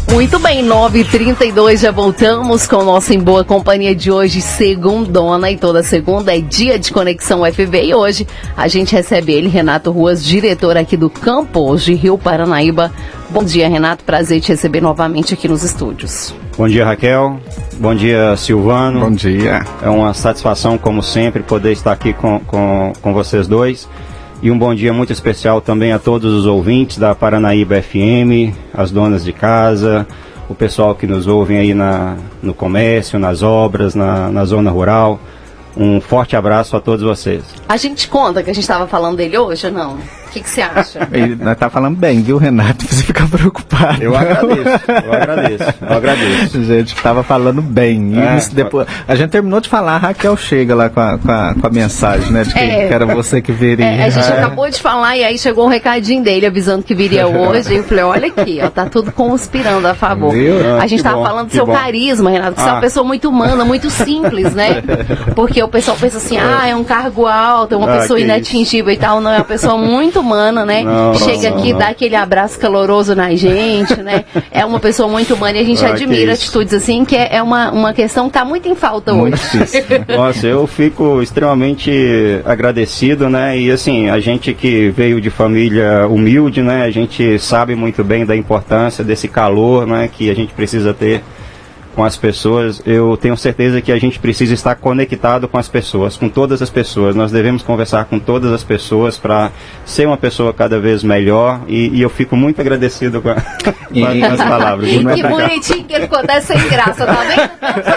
Muito bem, 9h32, já voltamos com o nosso Em Boa Companhia de hoje, segundona, e toda segunda é dia de Conexão UFV, e hoje a gente recebe ele, Renato Ruas, diretor aqui do Campus de Rio Paranaíba. Bom dia, Renato, prazer te receber novamente aqui nos estúdios. Bom dia, Raquel. Bom dia, Silvano. Bom dia. É uma satisfação, como sempre, poder estar aqui com vocês dois. E um bom dia muito especial também a todos os ouvintes da Paranaíba FM, as donas de casa, o pessoal que nos ouvem aí no comércio, nas obras, na zona rural. Um forte abraço a todos vocês. A gente conta que a gente estava falando dele hoje ou não? O que você acha? Nós tá falando bem, viu, Renato? Você fica preocupado. Eu agradeço. A gente tava falando bem. E depois, a gente terminou de falar, a Raquel chega lá com a mensagem, né? De que era você que viria. A gente acabou de falar e aí chegou um recadinho dele avisando que viria hoje. E eu falei, olha aqui, ó, tá tudo conspirando a favor. A gente tava falando do seu carisma, Renato, que você é uma pessoa muito humana, muito simples, né? Porque o pessoal pensa assim, é um cargo alto, é uma pessoa inatingível e tal. Não, é uma pessoa muito humana, né? Chega aqui, dá aquele abraço caloroso na gente, né? É uma pessoa muito humana e a gente admira atitudes assim, que é uma questão que tá muito em falta hoje. Nossa, eu fico extremamente agradecido, né? E assim, a gente que veio de família humilde, né? A gente sabe muito bem da importância desse calor, né? Que a gente precisa ter com as pessoas. Eu tenho certeza que a gente precisa estar conectado com as pessoas, com todas as pessoas. Nós devemos conversar com todas as pessoas para ser uma pessoa cada vez melhor, e eu fico muito agradecido com as palavras. Que bonitinho que ele ficou sem graça, tá vendo?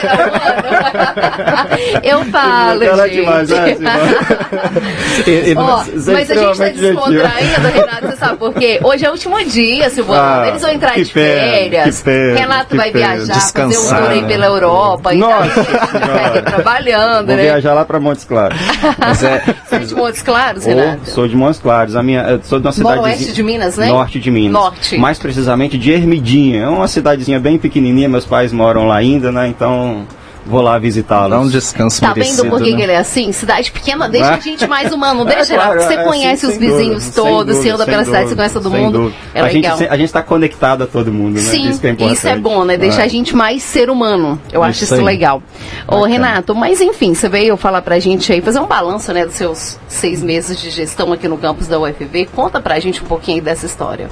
Eu falo, gente. Demais, mas a gente tá descontraindo, Renato, você sabe por quê? Hoje é o último dia, Silvano. Eles vão entrar de férias. Renato vai viajar, fazer um tour aí pela Europa. Nossa, e trabalhando, vou viajar lá para Montes Claros. Você é de Montes Claros, Renato? Sou de Montes Claros. Eu sou de uma cidade... Noroeste de Minas, né? Norte de Minas. Norte. Mais precisamente de Ermidinha. É uma cidadezinha bem pequenininha, meus pais moram lá ainda, né? Então... vou lá visitá-lo. Dá um descanso merecido. Tá vendo por que ele é assim? Cidade pequena deixa a gente mais humano, deixa, claro, você conhece os vizinhos todos, você anda pela cidade, você conhece todo mundo. É legal. A gente está conectado a todo mundo, né? Sim, isso que é importante. Isso é bom, né? Deixa a gente mais ser humano. Eu acho isso legal. Ô, Renato, mas enfim, você veio falar pra gente aí, fazer um balanço, né, dos seus 6 meses de gestão aqui no campus da UFV. Conta pra gente um pouquinho aí dessa história.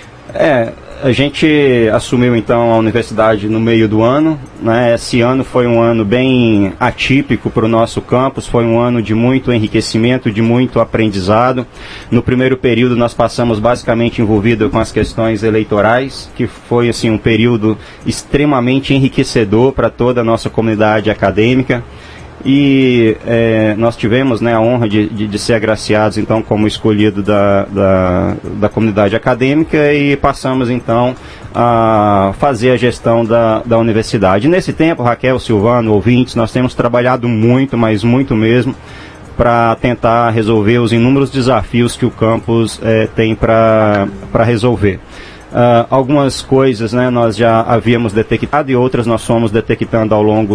A gente assumiu então a universidade no meio do ano, né? Esse ano foi um ano bem atípico para o nosso campus, foi um ano de muito enriquecimento, de muito aprendizado. No primeiro período nós passamos basicamente envolvido com as questões eleitorais, que foi assim um período extremamente enriquecedor para toda a nossa comunidade acadêmica. E nós tivemos, né, a honra de ser agraciados então como escolhido da comunidade acadêmica, e passamos então a fazer a gestão da universidade. Nesse tempo, Raquel, Silvano, ouvintes, nós temos trabalhado muito, mas muito mesmo, para tentar resolver os inúmeros desafios que o campus tem para resolver. Algumas coisas, né, nós já havíamos detectado e outras nós fomos detectando ao longo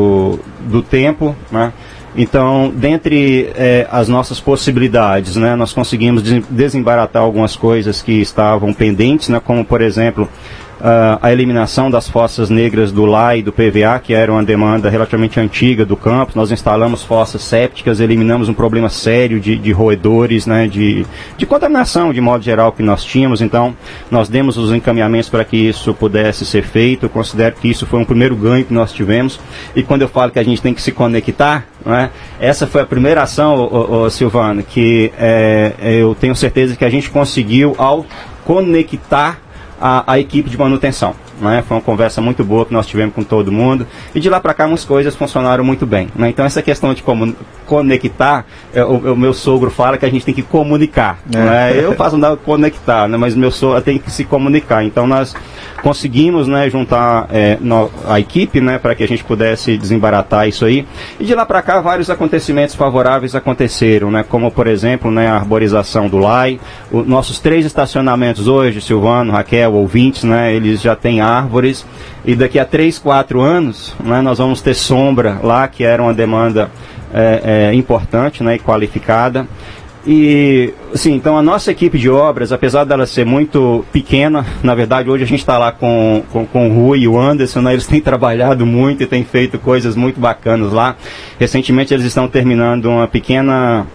do tempo, né? Então, dentre as nossas possibilidades, né, nós conseguimos desembaratar algumas coisas que estavam pendentes, né, como, por exemplo, a eliminação das fossas negras do LAI e do PVA, que era uma demanda relativamente antiga do campus. Nós instalamos fossas sépticas, eliminamos um problema sério de roedores, né, de contaminação de modo geral que nós tínhamos. Então, nós demos os encaminhamentos para que isso pudesse ser feito. Eu considero que isso foi um primeiro ganho que nós tivemos. E quando eu falo que a gente tem que se conectar, né, essa foi a primeira ação, Silvano, que eu tenho certeza que a gente conseguiu ao conectar a equipe de manutenção, né? Foi uma conversa muito boa que nós tivemos com todo mundo, e de lá para cá umas coisas funcionaram muito bem, né? Então essa questão de conectar, o meu sogro fala que a gente tem que comunicar, né? Eu faço andar conectar, né? Mas meu sogro tem que se comunicar. Então nós conseguimos, né, juntar a equipe, né, para que a gente pudesse desembaratar isso aí, e de lá para cá vários acontecimentos favoráveis aconteceram, né? Como por exemplo, né, a arborização do LAI, nossos 3 estacionamentos hoje, Silvano, Raquel, ouvintes, né, eles já têm árvores, e daqui a 3, 4 anos, né, nós vamos ter sombra lá, que era uma demanda importante, né, e qualificada. E, assim, então a nossa equipe de obras, apesar dela ser muito pequena, na verdade hoje a gente está lá com o Rui e o Anderson, né, eles têm trabalhado muito e têm feito coisas muito bacanas lá. Recentemente eles estão terminando uma pequena,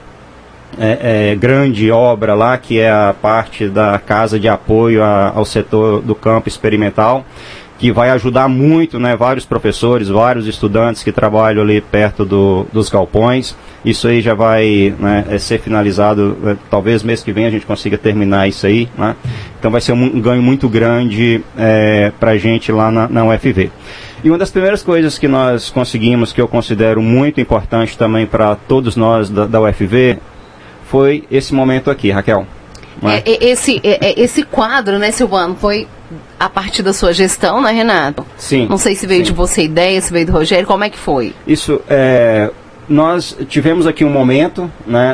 grande obra lá, que é a parte da casa de apoio ao setor do campo experimental, que vai ajudar muito, né, vários professores, vários estudantes que trabalham ali perto dos galpões. Isso aí já vai, né, ser finalizado, talvez mês que vem a gente consiga terminar isso aí, né? Então vai ser um ganho muito grande para a gente lá na UFV. E uma das primeiras coisas que nós conseguimos, que eu considero muito importante também para todos nós da UFV, foi esse momento aqui, Raquel. Né? Esse quadro, né, Silvano, foi a partir da sua gestão, né, Renato? Sim. Não sei se veio de você a ideia, se veio do Rogério, como é que foi? Isso, nós tivemos aqui um momento, né,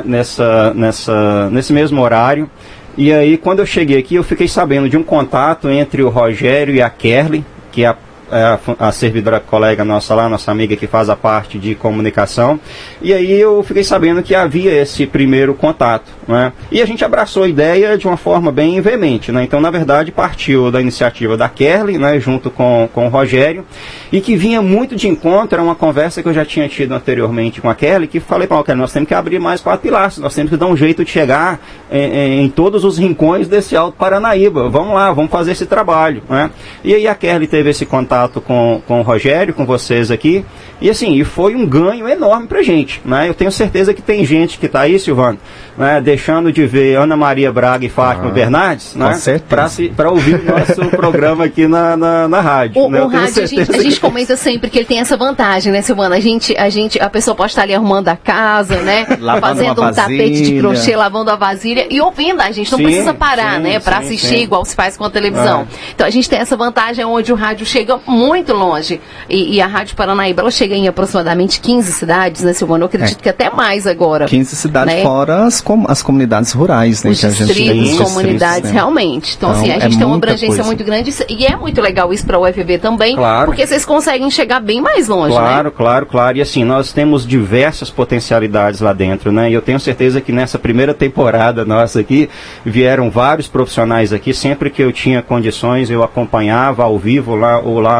nesse mesmo horário, e aí quando eu cheguei aqui eu fiquei sabendo de um contato entre o Rogério e a Kerly, que é a servidora colega nossa lá, nossa amiga que faz a parte de comunicação, e aí eu fiquei sabendo que havia esse primeiro contato, né? E a gente abraçou a ideia de uma forma bem veemente, né? Então, na verdade, partiu da iniciativa da Kerly, né, junto com o Rogério, e que vinha muito de encontro a uma conversa que eu já tinha tido anteriormente com a Kerly, que falei para ela, Kerly, nós temos que abrir mais 4 pilastras, nós temos que dar um jeito de chegar em todos os rincões desse Alto Paranaíba, vamos lá, vamos fazer esse trabalho, né? E aí a Kerly teve esse contato com o Rogério, com vocês aqui, e assim, foi um ganho enorme pra gente, né? Eu tenho certeza que tem gente que está aí, Silvano, né, deixando de ver Ana Maria Braga e Fátima Bernardes, né, para ouvir o nosso programa aqui na rádio. Né? O rádio, a gente comenta sempre que ele tem essa vantagem, né, Silvano? A pessoa pode estar ali arrumando a casa, né, fazendo um tapete de crochê, lavando a vasilha e ouvindo a gente. Não precisa parar, né, para assistir igual se faz com a televisão. Então a gente tem essa vantagem onde o rádio chega muito longe. E a Rádio Paranaíba, ela chega em aproximadamente 15 cidades, né, Silvano? Eu acredito que até mais agora. 15 cidades, né? Fora as comunidades rurais, né? Os distritos, comunidades, né? Realmente. Então, assim, a gente tem uma abrangência muito grande e é muito legal isso para o UFV também, porque vocês conseguem chegar bem mais longe, né? Claro. E assim, nós temos diversas potencialidades lá dentro, né? E eu tenho certeza que nessa primeira temporada nossa aqui, vieram vários profissionais aqui, sempre que eu tinha condições, eu acompanhava ao vivo lá, ou lá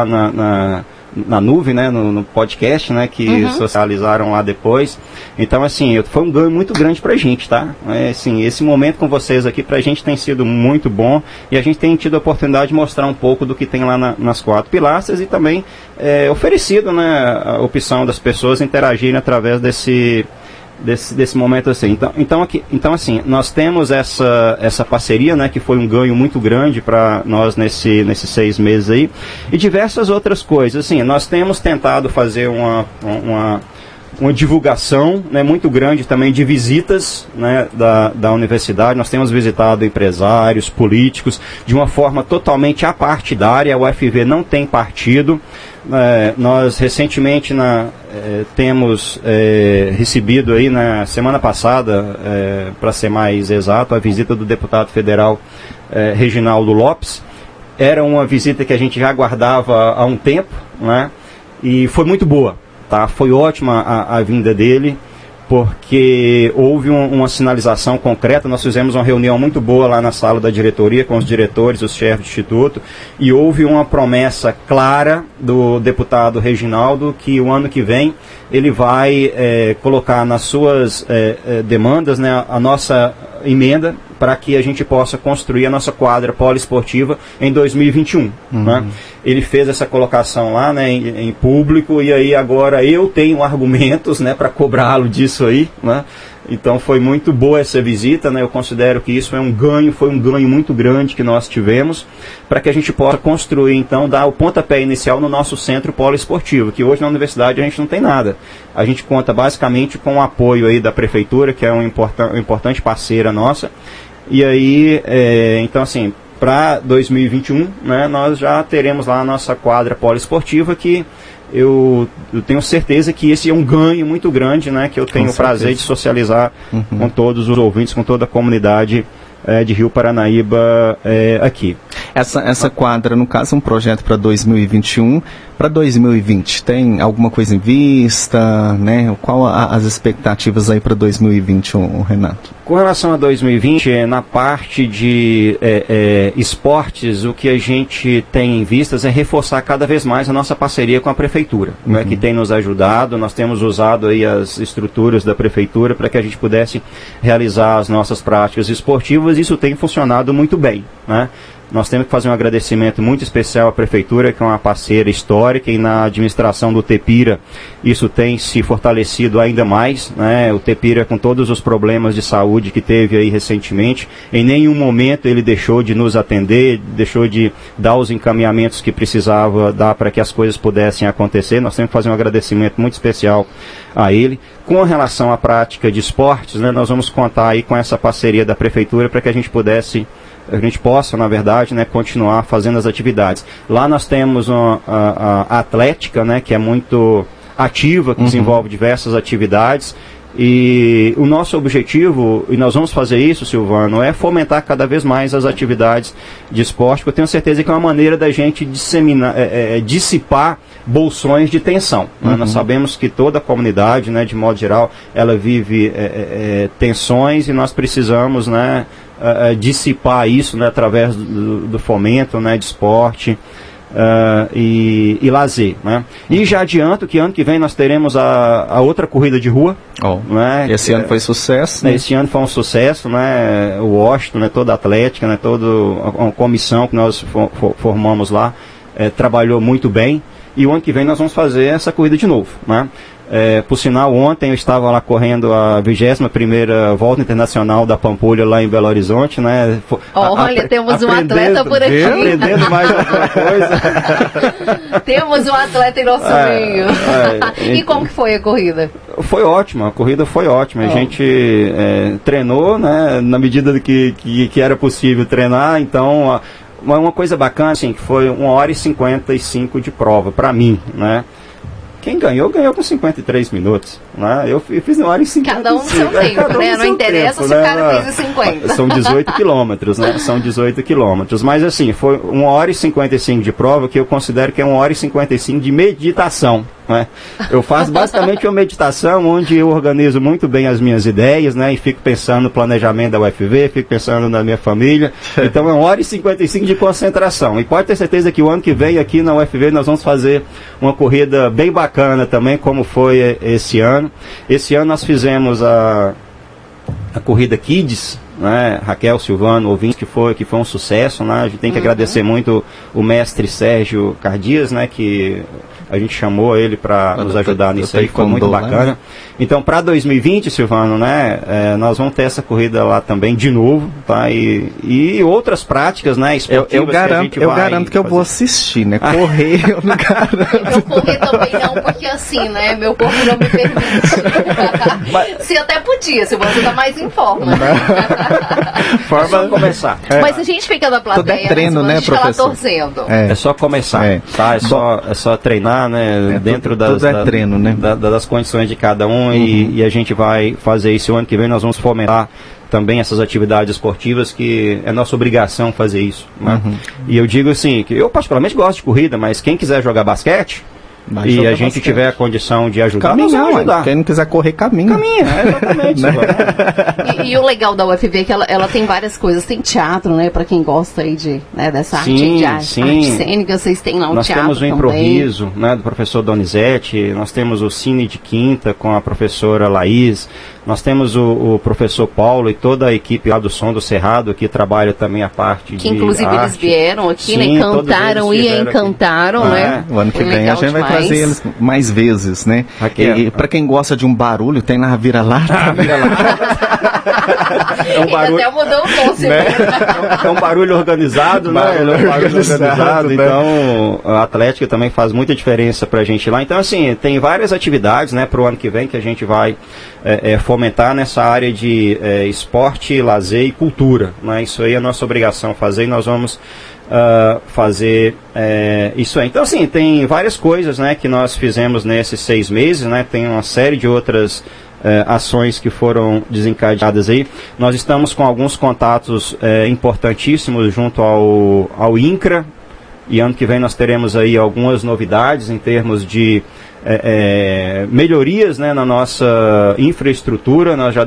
na nuvem, né, no podcast, né, que socializaram lá depois. Então, assim, foi um ganho muito grande pra gente, tá? Assim, esse momento com vocês aqui pra gente tem sido muito bom e a gente tem tido a oportunidade de mostrar um pouco do que tem lá nas 4 pilastras e também oferecido, né, a opção das pessoas interagirem através desse momento assim. Então assim, nós temos essa parceria, né, que foi um ganho muito grande para nós nesses 6 meses aí, e diversas outras coisas. Assim, nós temos tentado fazer uma divulgação, né, muito grande também de visitas, né, da universidade. Nós temos visitado empresários, políticos, de uma forma totalmente apartidária. A UFV não tem partido. Nós recentemente temos recebido aí na semana passada, para ser mais exato, a visita do deputado federal Reginaldo Lopes. Era uma visita que a gente já aguardava há um tempo, né, e foi muito boa. Tá? Foi ótima a vinda dele, porque houve uma sinalização concreta. Nós fizemos uma reunião muito boa lá na sala da diretoria com os diretores, os chefes do instituto, e houve uma promessa clara do deputado Reginaldo que o ano que vem ele vai colocar nas suas demandas, né, a nossa emenda para que a gente possa construir a nossa quadra poliesportiva em 2021. Né? Ele fez essa colocação lá, né, em público, e aí agora eu tenho argumentos, né, para cobrá-lo disso aí, né? Então foi muito boa essa visita, né? Eu considero que isso foi um ganho muito grande que nós tivemos, para que a gente possa construir, então, dar o pontapé inicial no nosso centro poliesportivo, que hoje na universidade a gente não tem nada. A gente conta basicamente com o apoio aí da prefeitura, que é uma importante parceira nossa, e aí, então assim, para 2021, né, nós já teremos lá a nossa quadra poliesportiva, que eu tenho certeza que esse é um ganho muito grande, né, que eu tenho o prazer de socializar com todos os ouvintes, com toda a comunidade de Rio Paranaíba aqui. Essa quadra, no caso, é um projeto para 2021. Para 2020, tem alguma coisa em vista, né? Qual as expectativas aí para 2021, Renato? Com relação a 2020, na parte de esportes, o que a gente tem em vistas é reforçar cada vez mais a nossa parceria com a Prefeitura, né, que tem nos ajudado. Nós temos usado aí as estruturas da Prefeitura para que a gente pudesse realizar as nossas práticas esportivas. Isso tem funcionado muito bem, né? Nós temos que fazer um agradecimento muito especial à Prefeitura, que é uma parceira histórica, e na administração do Tepira isso tem se fortalecido ainda mais, né? O Tepira, com todos os problemas de saúde que teve aí recentemente, em nenhum momento ele deixou de nos atender, deixou de dar os encaminhamentos que precisava dar para que as coisas pudessem acontecer. Nós temos que fazer um agradecimento muito especial a ele. Com relação à prática de esportes, né, nós vamos contar aí com essa parceria da Prefeitura para que a gente possa, na verdade, né, continuar fazendo as atividades. Lá nós temos a Atlética, né, que é muito ativa, que desenvolve diversas atividades, e o nosso objetivo, e nós vamos fazer isso, Silvano, é fomentar cada vez mais as atividades de esporte, porque eu tenho certeza que é uma maneira da gente dissipar bolsões de tensão. Né? Nós sabemos que toda a comunidade, né, de modo geral, ela vive tensões, e nós precisamos, né, dissipar isso, né, através do fomento, né, de esporte e lazer, né? E já adianto que ano que vem nós teremos a outra corrida de rua. Né? Esse ano foi sucesso, né? Esse ano foi um sucesso, né? O Washington, né, toda a Atlética, né, toda a comissão que nós formamos lá trabalhou muito bem, e o ano que vem nós vamos fazer essa corrida de novo, né? Por sinal, ontem eu estava lá correndo a 21ª Volta Internacional da Pampulha lá em Belo Horizonte, né? Olha, temos um atleta por aqui. Aprendendo mais alguma coisa. Temos um atleta em nosso meio. E como que foi a corrida? Foi ótima, a corrida foi ótima. A gente treinou, né, na medida que era possível treinar, então uma coisa bacana, assim, que foi 1h55 de prova, para mim, né? Quem ganhou com 53 minutos. Né? Eu fiz 1h55. Cada um no seu tempo, né? Não interessa se o cara fez 50. São 18 quilômetros, né? São 18 quilômetros. Mas assim, foi 1h55 de prova, que eu considero que é 1h55 de meditação. Né? Eu faço basicamente uma meditação onde eu organizo muito bem as minhas ideias, né? E fico pensando no planejamento da UFV, fico pensando na minha família. Então é 1h55 de concentração. E pode ter certeza que o ano que vem aqui na UFV nós vamos fazer uma corrida bem bacana também, como foi esse ano. Esse ano nós fizemos a corrida Kids, né? Raquel, Silvano, ouvintes, que foi um sucesso, né? A gente tem que agradecer muito o mestre Sérgio Cardias, né? Que a gente chamou ele para nos ajudar nisso aí, foi muito bacana. Né? Então, para 2020, Silvano, né, nós vamos ter essa corrida lá também de novo, tá? E outras práticas, né, esportivas. Eu garanto que eu vou assistir, né? Correr, eu não garanto. Eu correr também não, porque assim, né, meu corpo não me permite. Se até podia, se você tá mais em forma. É só começar. Mas a gente fica na plateia, é treino, né, professor? Lá torcendo. É só começar, tá? É só treinar, né, dentro treino, né? das condições de cada um, e a gente vai fazer isso. O ano que vem nós vamos fomentar também essas atividades esportivas, que é nossa obrigação fazer isso, né? E eu digo assim, que eu particularmente gosto de corrida, mas quem quiser jogar basquete, e a gente basquete, tiver a condição de ajudar, caminhar, ajudar. Quem não quiser correr, caminha. Exatamente. Né? E o legal da UFV é que ela tem várias coisas. Tem teatro, né? Pra quem gosta aí dessa arte cênica, vocês têm lá um nós teatro. Nós temos o Improviso, né, do professor Donizete. Nós temos o Cine de Quinta com a professora Laís. Nós temos o professor Paulo e toda a equipe lá do Som do Cerrado, que trabalha também a parte que inclusive arte. Eles vieram aqui, né? Cantaram e encantaram, né? O ano que vem a gente vai trazer eles mais vezes, né? E para quem gosta de um barulho, tem lá a Vira-Lata. É um barulho, até mudou o tom, né? É um barulho organizado, né? É um barulho organizado, né? Então a Atlética também faz muita diferença pra gente lá. Então, assim, tem várias atividades, né, pro ano que vem que a gente vai fomentar nessa área de esporte, lazer e cultura, né? Isso aí é a nossa obrigação fazer, e nós vamos fazer isso aí. Então, assim, tem várias coisas, né, que nós fizemos nesses 6 meses, né? Tem uma série de outras ações que foram desencadeadas aí. Nós estamos com alguns contatos importantíssimos junto ao INCRA, e ano que vem nós teremos aí algumas novidades em termos de melhorias, né, na nossa infraestrutura. Nós já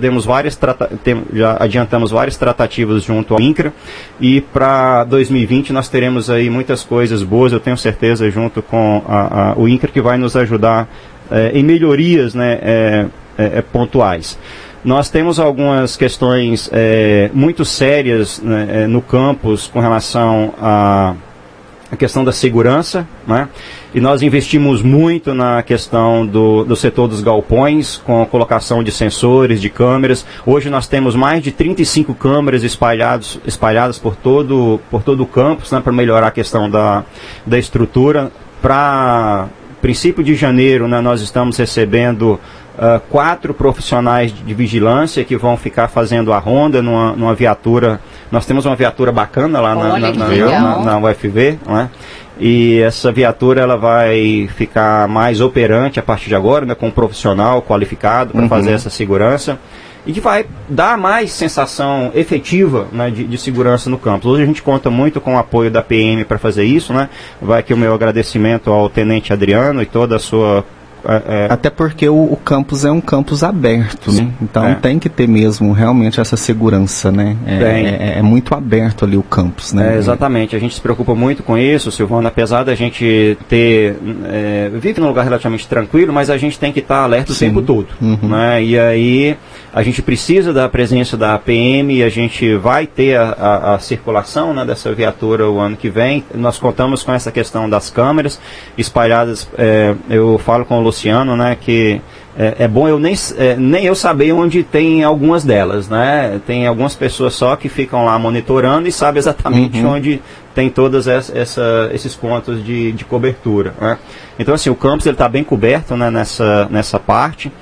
já adiantamos várias tratativas junto ao INCRA, e para 2020 nós teremos aí muitas coisas boas, eu tenho certeza, junto com o INCRA, que vai nos ajudar em melhorias, né, pontuais. Nós temos algumas questões muito sérias, né, no campus com relação a questão da segurança, né? E nós investimos muito na questão do setor dos galpões, com a colocação de sensores, de câmeras. Hoje nós temos mais de 35 câmeras espalhadas por todo o campus, né, para melhorar a questão da estrutura. Para princípio de janeiro, né, nós estamos recebendo 4 profissionais de vigilância que vão ficar fazendo a ronda numa viatura. Nós temos uma viatura bacana lá na UFV, né? E essa viatura ela vai ficar mais operante a partir de agora, né, com um profissional qualificado para fazer essa segurança, e que vai dar mais sensação efetiva, né, de segurança no campus. Hoje a gente conta muito com o apoio da PM para fazer isso, né? Vai aqui o meu agradecimento ao Tenente Adriano e toda a sua... Até porque o campus é um campus aberto, né? Então tem que ter mesmo realmente essa segurança, né? É muito aberto ali o campus, né? Exatamente, a gente se preocupa muito com isso, Silvano, apesar da gente vive num lugar relativamente tranquilo, mas a gente tem que estar alerta o tempo todo, né? E aí a gente precisa da presença da PM, e a gente vai ter a circulação, né, dessa viatura o ano que vem. Nós contamos com essa questão das câmeras espalhadas. Eu falo com o Luciano, né, que é bom eu nem eu saber onde tem algumas delas, né? Tem algumas pessoas só que ficam lá monitorando e sabem exatamente onde tem todos esses pontos de cobertura, né? Então, assim, o campus está bem coberto, né, nessa parte.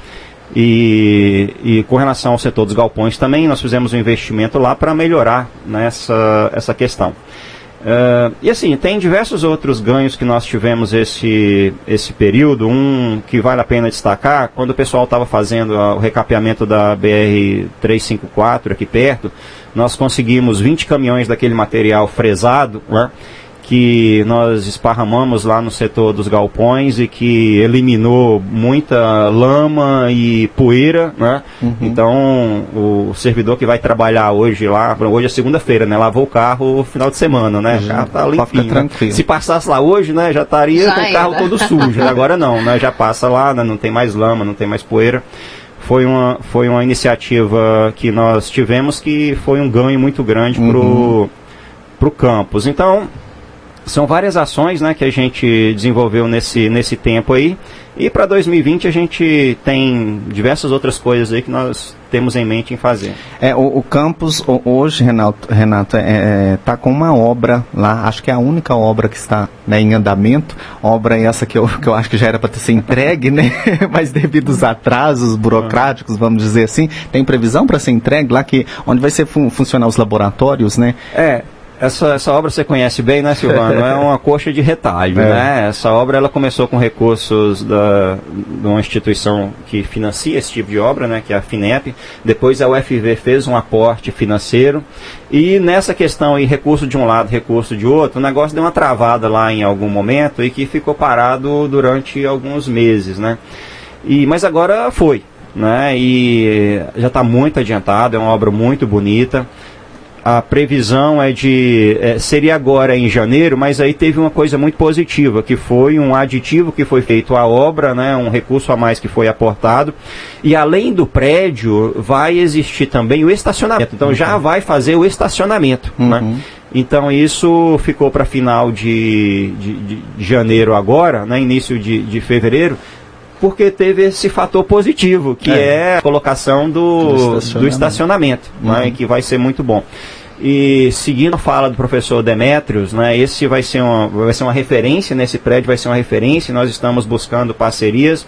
E com relação ao setor dos galpões também, nós fizemos um investimento lá para melhorar, né, essa questão. E assim, tem diversos outros ganhos que nós tivemos esse período. Um que vale a pena destacar: quando o pessoal estava fazendo o recapeamento da BR-354 aqui perto, nós conseguimos 20 caminhões daquele material fresado, né, que nós esparramamos lá no setor dos galpões e que eliminou muita lama e poeira, né? Então, o servidor que vai trabalhar hoje é segunda-feira, né? Lavou o carro no final de semana, né? O carro tá limpinho, né? Se passasse lá hoje, né, já estaria com o carro todo sujo. Agora não, né? Já passa lá, né? Não tem mais lama, não tem mais poeira. Foi uma iniciativa que nós tivemos, que foi um ganho muito grande pro campus. Então, são várias ações, né, que a gente desenvolveu nesse tempo aí. E para 2020 a gente tem diversas outras coisas aí que nós temos em mente em fazer. O campus hoje, Renato, está com uma obra lá, acho que é a única obra que está, né, em andamento. Obra essa que eu acho que já era para ter sido entregue, né? Mas devido aos atrasos burocráticos, vamos dizer assim, tem previsão para ser entregue lá, onde vai ser funcionar os laboratórios, né? Essa obra você conhece bem, né, Silvano? É uma coxa de retalho, né? Essa obra ela começou com recursos de uma instituição que financia esse tipo de obra, né, que é a FINEP. Depois a UFV fez um aporte financeiro. E nessa questão aí, recurso de um lado, recurso de outro, o negócio deu uma travada lá em algum momento e que ficou parado durante alguns meses, né? Mas agora foi, né? E já está muito adiantado, é uma obra muito bonita. A previsão seria agora em janeiro, mas aí teve uma coisa muito positiva, que foi um aditivo que foi feito à obra, né, um recurso a mais que foi aportado, e além do prédio vai existir também o estacionamento, então já vai fazer o estacionamento, né? Então isso ficou para final de janeiro agora, né, início de fevereiro, porque teve esse fator positivo, que é a colocação do estacionamento, né, que vai ser muito bom. E seguindo a fala do professor Demétrios, né, esse vai ser uma referência, nesse prédio vai ser uma referência, nós estamos buscando parcerias.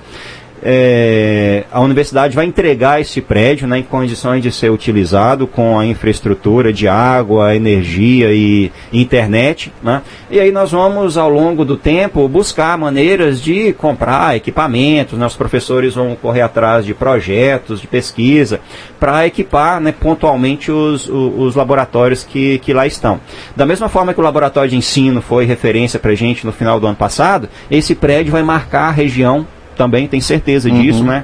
A universidade vai entregar esse prédio, né, em condições de ser utilizado com a infraestrutura de água, energia e internet, né? E aí nós vamos, ao longo do tempo, buscar maneiras de comprar equipamentos, né? Os professores vão correr atrás de projetos de pesquisa para equipar, né, pontualmente os laboratórios que lá estão. Da mesma forma que o laboratório de ensino foi referência para a gente no final do ano passado, esse prédio vai marcar a região também tem certeza disso, né?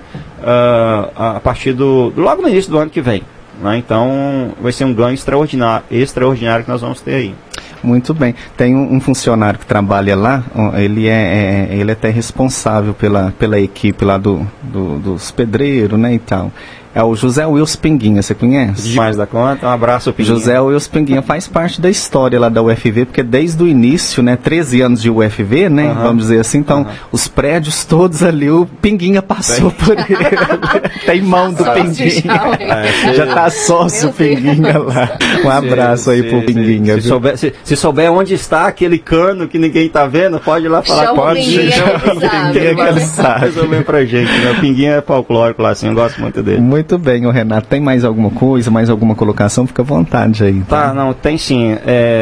A partir logo no início do ano que vem. Né? Então vai ser um ganho extraordinário que nós vamos ter aí. Muito bem. Tem um funcionário que trabalha lá, ele é até responsável pela equipe lá dos pedreiros, né, e tal. É o José Wilson Pinguinha, você conhece? Demais da conta, um abraço, Pinguinha. José Wilson Pinguinha faz parte da história lá da UFV, porque desde o início, né, 13 anos de UFV, né, vamos dizer assim, então, os prédios todos ali, o Pinguinha passou por ele. Tem mão do Pinguinha. Já tá sócio Pinguinha lá. Um abraço aí pro Pinguinha. Se souber onde está aquele cano que ninguém tá vendo, pode ir lá falar com ele. Pinguinha que ele sabe. Resolver pra gente, né? O Pinguinha é folclórico lá, assim, eu gosto muito dele. Muito bem, Renato. Tem mais alguma coisa, mais alguma colocação? Fica à vontade aí. Tá, não, tem sim.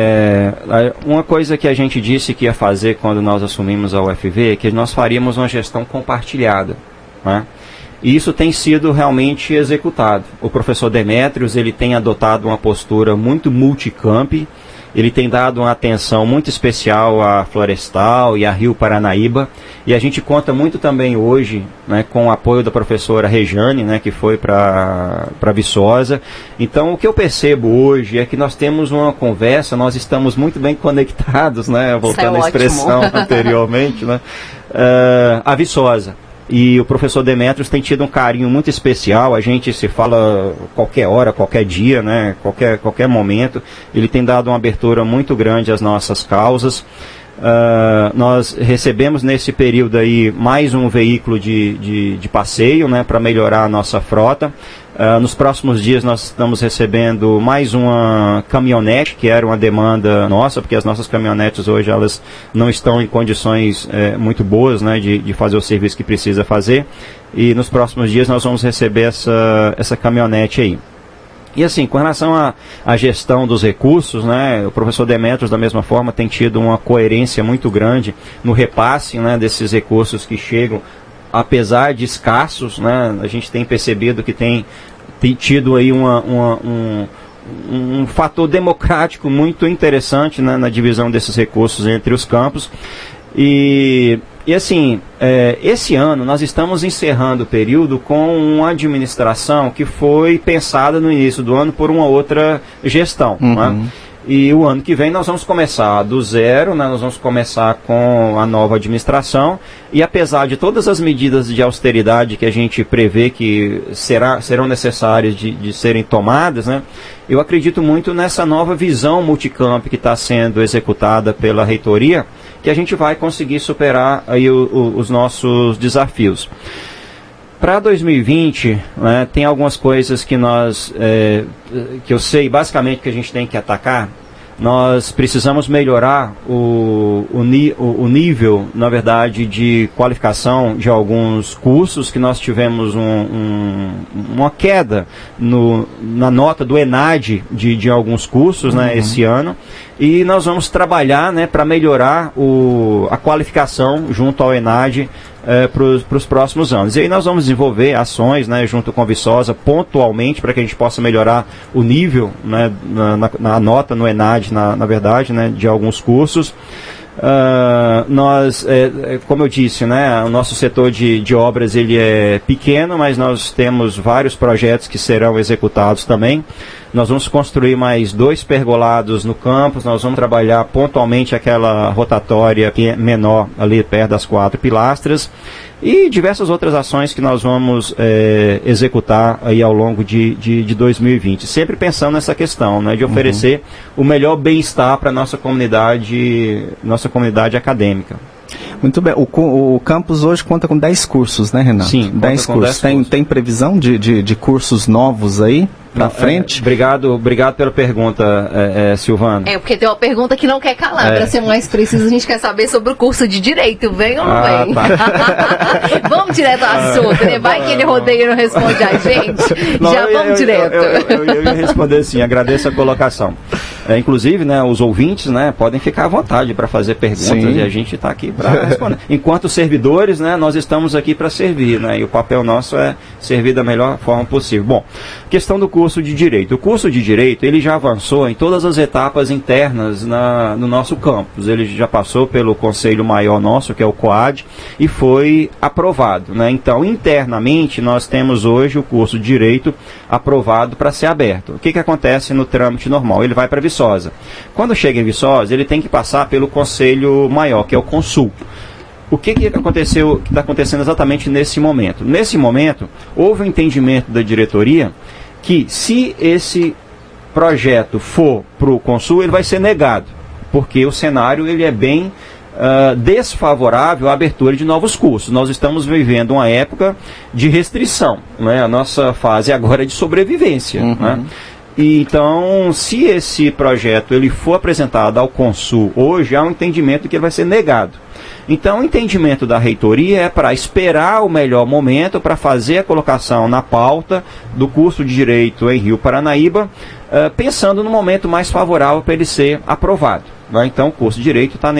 Uma coisa que a gente disse que ia fazer quando nós assumimos a UFV é que nós faríamos uma gestão compartilhada, né? E isso tem sido realmente executado. O professor Demétrios, ele tem adotado uma postura muito multicamp. Ele tem dado uma atenção muito especial à Florestal e à Rio Paranaíba. E a gente conta muito também hoje, né, com o apoio da professora Rejane, né, que foi para Viçosa. Então, o que eu percebo hoje é que nós temos uma conversa, nós estamos muito bem conectados, né, voltando à expressão anteriormente, né, a Viçosa. E o professor Demétrios tem tido um carinho muito especial, a gente se fala qualquer hora, qualquer dia, né, qualquer momento. Ele tem dado uma abertura muito grande às nossas causas. Nós recebemos nesse período aí mais um veículo de passeio, né, para melhorar a nossa frota. Nos próximos dias nós estamos recebendo mais uma caminhonete, que era uma demanda nossa, porque as nossas caminhonetes hoje elas não estão em condições muito boas, né, de fazer o serviço que precisa fazer. E nos próximos dias nós vamos receber essa caminhonete aí. E assim, com relação à gestão dos recursos, né, o professor Demétrios, da mesma forma, tem tido uma coerência muito grande no repasse, né, desses recursos que chegam, apesar de escassos, né, a gente tem percebido que tem tido aí um fator democrático muito interessante, né, na divisão desses recursos entre os campos. E assim, esse ano nós estamos encerrando o período com uma administração que foi pensada no início do ano por uma outra gestão. Né? E o ano que vem nós vamos começar do zero, né? Nós vamos começar com a nova administração. E apesar de todas as medidas de austeridade que a gente prevê que serão necessárias de serem tomadas, né? Eu acredito muito nessa nova visão multicamp que está sendo executada pela reitoria, que a gente vai conseguir superar aí os nossos desafios. Para 2020, né, tem algumas coisas que que eu sei basicamente que a gente tem que atacar. Nós precisamos melhorar o nível, na verdade, de qualificação de alguns cursos, que nós tivemos uma queda na nota do ENAD de alguns cursos, né, esse ano. E nós vamos trabalhar, né, para melhorar a qualificação junto ao ENAD para os próximos anos. E aí nós vamos desenvolver ações, né, junto com a Viçosa, pontualmente, para que a gente possa melhorar o nível, né, na nota no ENAD, na verdade, né, de alguns cursos. Nós, como eu disse, né, o nosso setor de obras ele é pequeno, mas nós temos vários projetos que serão executados também. Nós vamos construir mais 2 pergolados no campus, nós vamos trabalhar pontualmente aquela rotatória menor ali perto das 4 pilastras e diversas outras ações que nós vamos executar aí ao longo de 2020. Sempre pensando nessa questão, né, de oferecer o melhor bem-estar para a nossa comunidade acadêmica. Muito bem. O campus hoje conta com 10 cursos, né, Renato? Sim, 10 cursos. Tem previsão de cursos novos aí para frente? Obrigado pela pergunta, Silvana. Porque tem uma pergunta que não quer calar. Para ser mais preciso, a gente quer saber sobre o curso de Direito. Vem ou não vem? Tá. Vamos direto ao assunto, né? Vai que ele rodeia e não responde a gente. Vamos direto. Eu ia responder sim, agradeço a colocação. Inclusive, né, os ouvintes, né, podem ficar à vontade para fazer perguntas. Sim. E a gente está aqui para responder. Enquanto servidores, né, nós estamos aqui para servir, né, e o papel nosso é servir da melhor forma possível. Bom, questão do curso de Direito. O curso de Direito, ele já avançou em todas as etapas internas no nosso campus. Ele já passou pelo Conselho Maior nosso, que é o COAD, e foi aprovado, né? Então, internamente, nós temos hoje o curso de Direito aprovado para ser aberto. O que acontece no trâmite normal? Ele vai para Viçosa. Quando chega em Viçosa, ele tem que passar pelo Conselho Maior, que é o Consul. O que aconteceu, que está acontecendo exatamente nesse momento? Nesse momento, houve um entendimento da diretoria que, se esse projeto for para o Consul, ele vai ser negado, porque o cenário ele é bem desfavorável à abertura de novos cursos. Nós estamos vivendo uma época de restrição, né? A nossa fase agora é de sobrevivência, né? E então, se esse projeto ele for apresentado ao Consul hoje, há um entendimento que ele vai ser negado. Então, o entendimento da reitoria é para esperar o melhor momento para fazer a colocação na pauta do curso de Direito em Rio Paranaíba, pensando no momento mais favorável para ele ser aprovado, né? Então, o curso de Direito está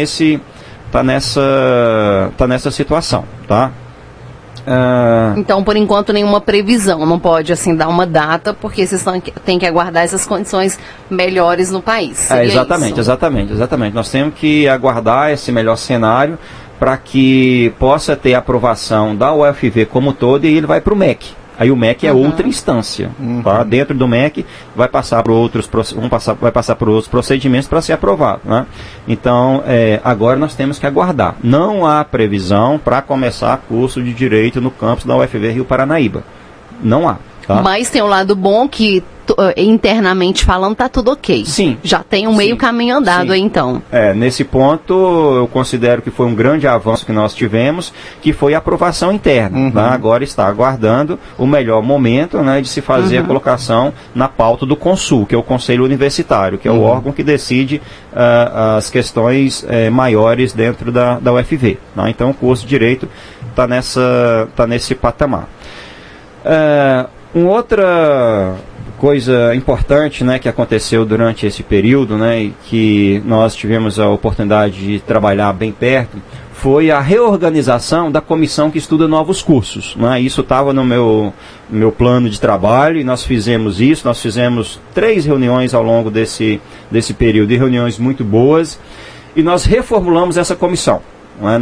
nessa situação, tá? Então, por enquanto, nenhuma previsão, não pode assim dar uma data, porque vocês têm que aguardar essas condições melhores no país. Exatamente. Nós temos que aguardar esse melhor cenário para que possa ter aprovação da UFV como todo, e ele vai para o MEC. Aí o MEC é outra instância, tá? Dentro do MEC vai passar por outros procedimentos para ser aprovado, né? Então, agora nós temos que aguardar. Não há previsão para começar curso de Direito no campus da UFV Rio Paranaíba. Não há. Tá? Mas tem um lado bom que, internamente falando, está tudo ok. Sim. Já tem um meio caminho andado aí, então. Nesse ponto, eu considero que foi um grande avanço que nós tivemos, que foi a aprovação interna. Tá? Agora está aguardando o melhor momento, né, de se fazer a colocação na pauta do Consul, que é o Conselho Universitário, que é o órgão que decide as questões maiores dentro da UFV. Tá? Então, o curso de Direito está nesse patamar. Uma outra coisa importante, né, que aconteceu durante esse período, né, e que nós tivemos a oportunidade de trabalhar bem perto, foi a reorganização da comissão que estuda novos cursos, né? Isso estava no meu plano de trabalho, e nós fizemos isso. Nós fizemos 3 reuniões ao longo desse período, e reuniões muito boas, e nós reformulamos essa comissão, né?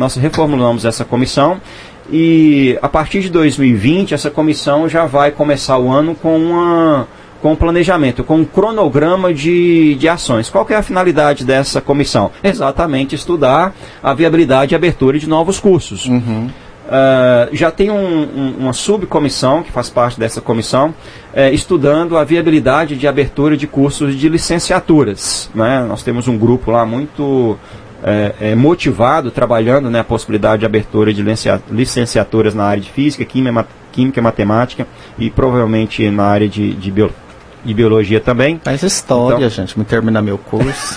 E a partir de 2020, essa comissão já vai começar o ano com um planejamento, com um cronograma de ações. Qual que é a finalidade dessa comissão? Exatamente estudar a viabilidade e abertura de novos cursos. Já tem uma subcomissão que faz parte dessa comissão, estudando a viabilidade de abertura de cursos de licenciaturas, né? Nós temos um grupo lá muito motivado, trabalhando, né, a possibilidade de abertura de licenciaturas na área de física, química, matemática, e provavelmente na área de biologia também. Faz história, então, gente, me terminar meu curso.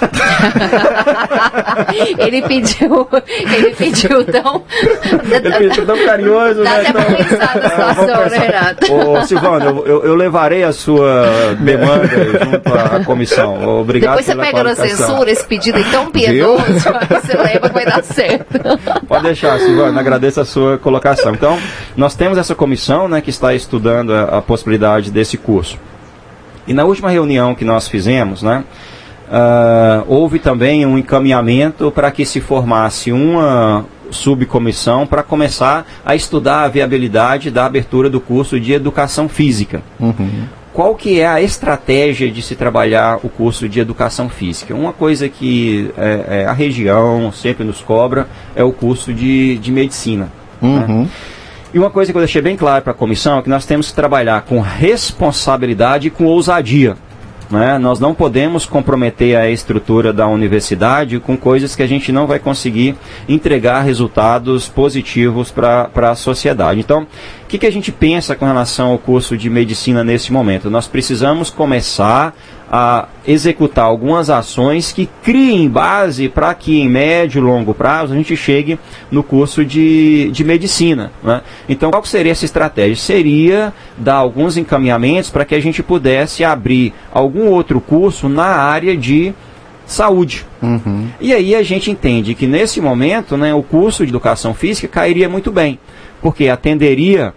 Ele pediu tão... Ele pediu tão carinhoso, né? Dá até pra pensar na situação, né, Renato? Ô, Silvana, eu levarei a sua demanda junto à comissão. Obrigado. Depois você pega na censura esse pedido tão piedoso, você leva que vai dar certo. Pode deixar, Silvana, agradeço a sua colocação. Então, nós temos essa comissão, né, que está estudando a possibilidade desse curso. E na última reunião que nós fizemos, né, houve também um encaminhamento para que se formasse uma subcomissão para começar a estudar a viabilidade da abertura do curso de Educação Física. Qual que é a estratégia de se trabalhar o curso de Educação Física? Uma coisa que a região sempre nos cobra é o curso de Medicina. Né? E uma coisa que eu deixei bem claro para a comissão é que nós temos que trabalhar com responsabilidade e com ousadia, né? Nós não podemos comprometer a estrutura da universidade com coisas que a gente não vai conseguir entregar resultados positivos para a sociedade. Então, o que a gente pensa com relação ao curso de Medicina nesse momento? Nós precisamos começar a executar algumas ações que criem base para que em médio e longo prazo a gente chegue no curso de medicina, né? Então, qual seria essa estratégia? Seria dar alguns encaminhamentos para que a gente pudesse abrir algum outro curso na área de saúde. Uhum. E aí a gente entende que nesse momento, né, o curso de educação física cairia muito bem, porque atenderia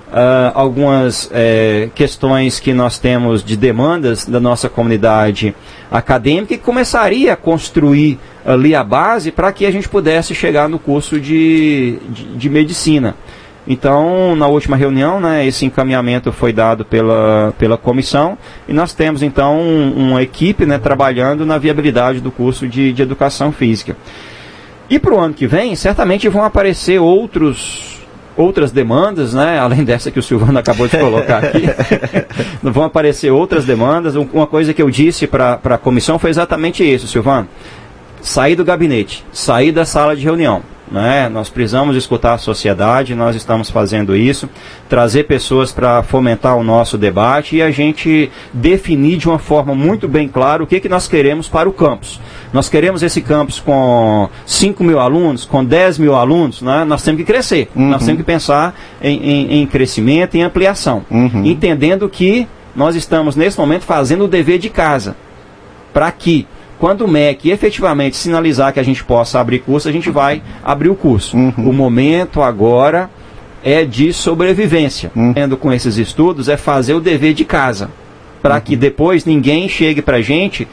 algumas questões que nós temos de demandas da nossa comunidade acadêmica e começaria a construir ali a base para que a gente pudesse chegar no curso de medicina. Então, na última reunião, né, esse encaminhamento foi dado pela comissão e nós temos então uma equipe, né, trabalhando na viabilidade do curso de educação física. E para o ano que vem, certamente vão aparecer outras demandas, né, além dessa que o Silvano acabou de colocar aqui. Vão aparecer outras demandas. Uma coisa que eu disse para a comissão foi exatamente isso, Silvano. Sair do gabinete, sair da sala de reunião, né? Nós precisamos escutar a sociedade, nós estamos fazendo isso, trazer pessoas para fomentar o nosso debate e a gente definir de uma forma muito bem clara o que nós queremos para o campus. Nós queremos esse campus com 5 mil alunos, com 10 mil alunos, né? Nós temos que crescer, nós temos que pensar em crescimento, em ampliação, entendendo que nós estamos nesse momento fazendo o dever de casa, para que quando o MEC efetivamente sinalizar que a gente possa abrir curso, a gente vai abrir o curso. O momento agora é de sobrevivência. Tendo com esses estudos, é fazer o dever de casa, para que depois ninguém chegue para a gente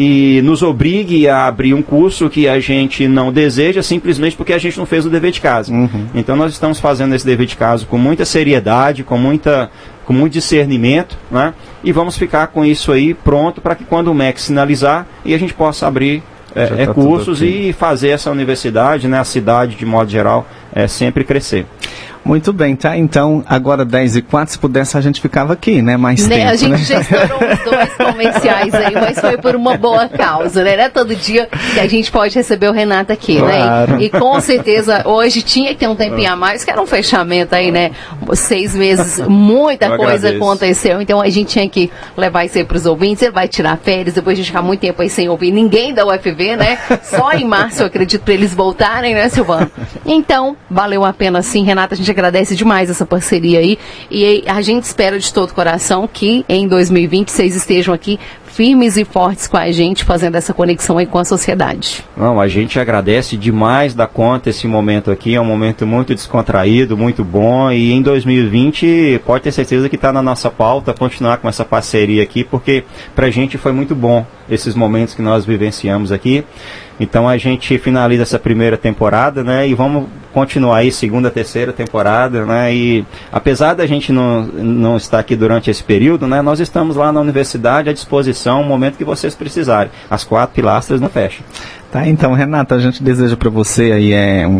e nos obrigue a abrir um curso que a gente não deseja, simplesmente porque a gente não fez o dever de casa. Então nós estamos fazendo esse dever de casa com muita seriedade, com muito discernimento, né? E vamos ficar com isso aí pronto para que quando o MEC sinalizar e a gente possa abrir cursos e fazer essa universidade, né, a cidade de modo geral, sempre crescer. Muito bem, tá? Então, agora 10h04, se pudesse a gente ficava aqui, né? Mais tempo, a gente já estourou uns 2 comerciais aí, mas foi por uma boa causa, né? Não é todo dia que a gente pode receber o Renato aqui, claro, né? E com certeza hoje tinha que ter um tempinho a mais, que era um fechamento aí, né? 6 meses, muita coisa aconteceu, então a gente tinha que levar isso aí para os ouvintes. Ele vai tirar férias, depois a gente ficar muito tempo aí sem ouvir ninguém da UFV, né? Só em março, eu acredito, para eles voltarem, né, Silvano? Então, valeu a pena sim, Renato, a gente agradece demais essa parceria aí e a gente espera de todo coração que em 2020 vocês estejam aqui firmes e fortes com a gente, fazendo essa conexão aí com a sociedade. Não, a gente agradece demais da conta esse momento aqui, é um momento muito descontraído, muito bom, e em 2020 pode ter certeza que está na nossa pauta continuar com essa parceria aqui, porque pra gente foi muito bom esses momentos que nós vivenciamos aqui. Então a gente finaliza essa primeira temporada, né, e vamos continuar aí segunda, terceira temporada, né, e apesar da gente não estar aqui durante esse período, né, nós estamos lá na universidade à disposição, no momento que vocês precisarem. As 4 pilastras não fecham. Tá, então, Renata, a gente deseja para você aí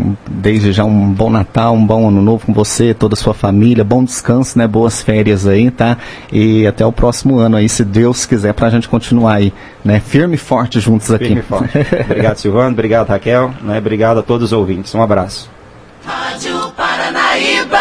desde já um bom Natal, um bom Ano Novo com você, toda a sua família, bom descanso, né, boas férias aí, tá? E até o próximo ano aí, se Deus quiser, pra gente continuar aí, né, firme e forte juntos aqui. Firme e forte. Obrigado, Silvano, obrigado, Raquel, né, obrigado a todos os ouvintes. Um abraço. Rádio Paranaíba.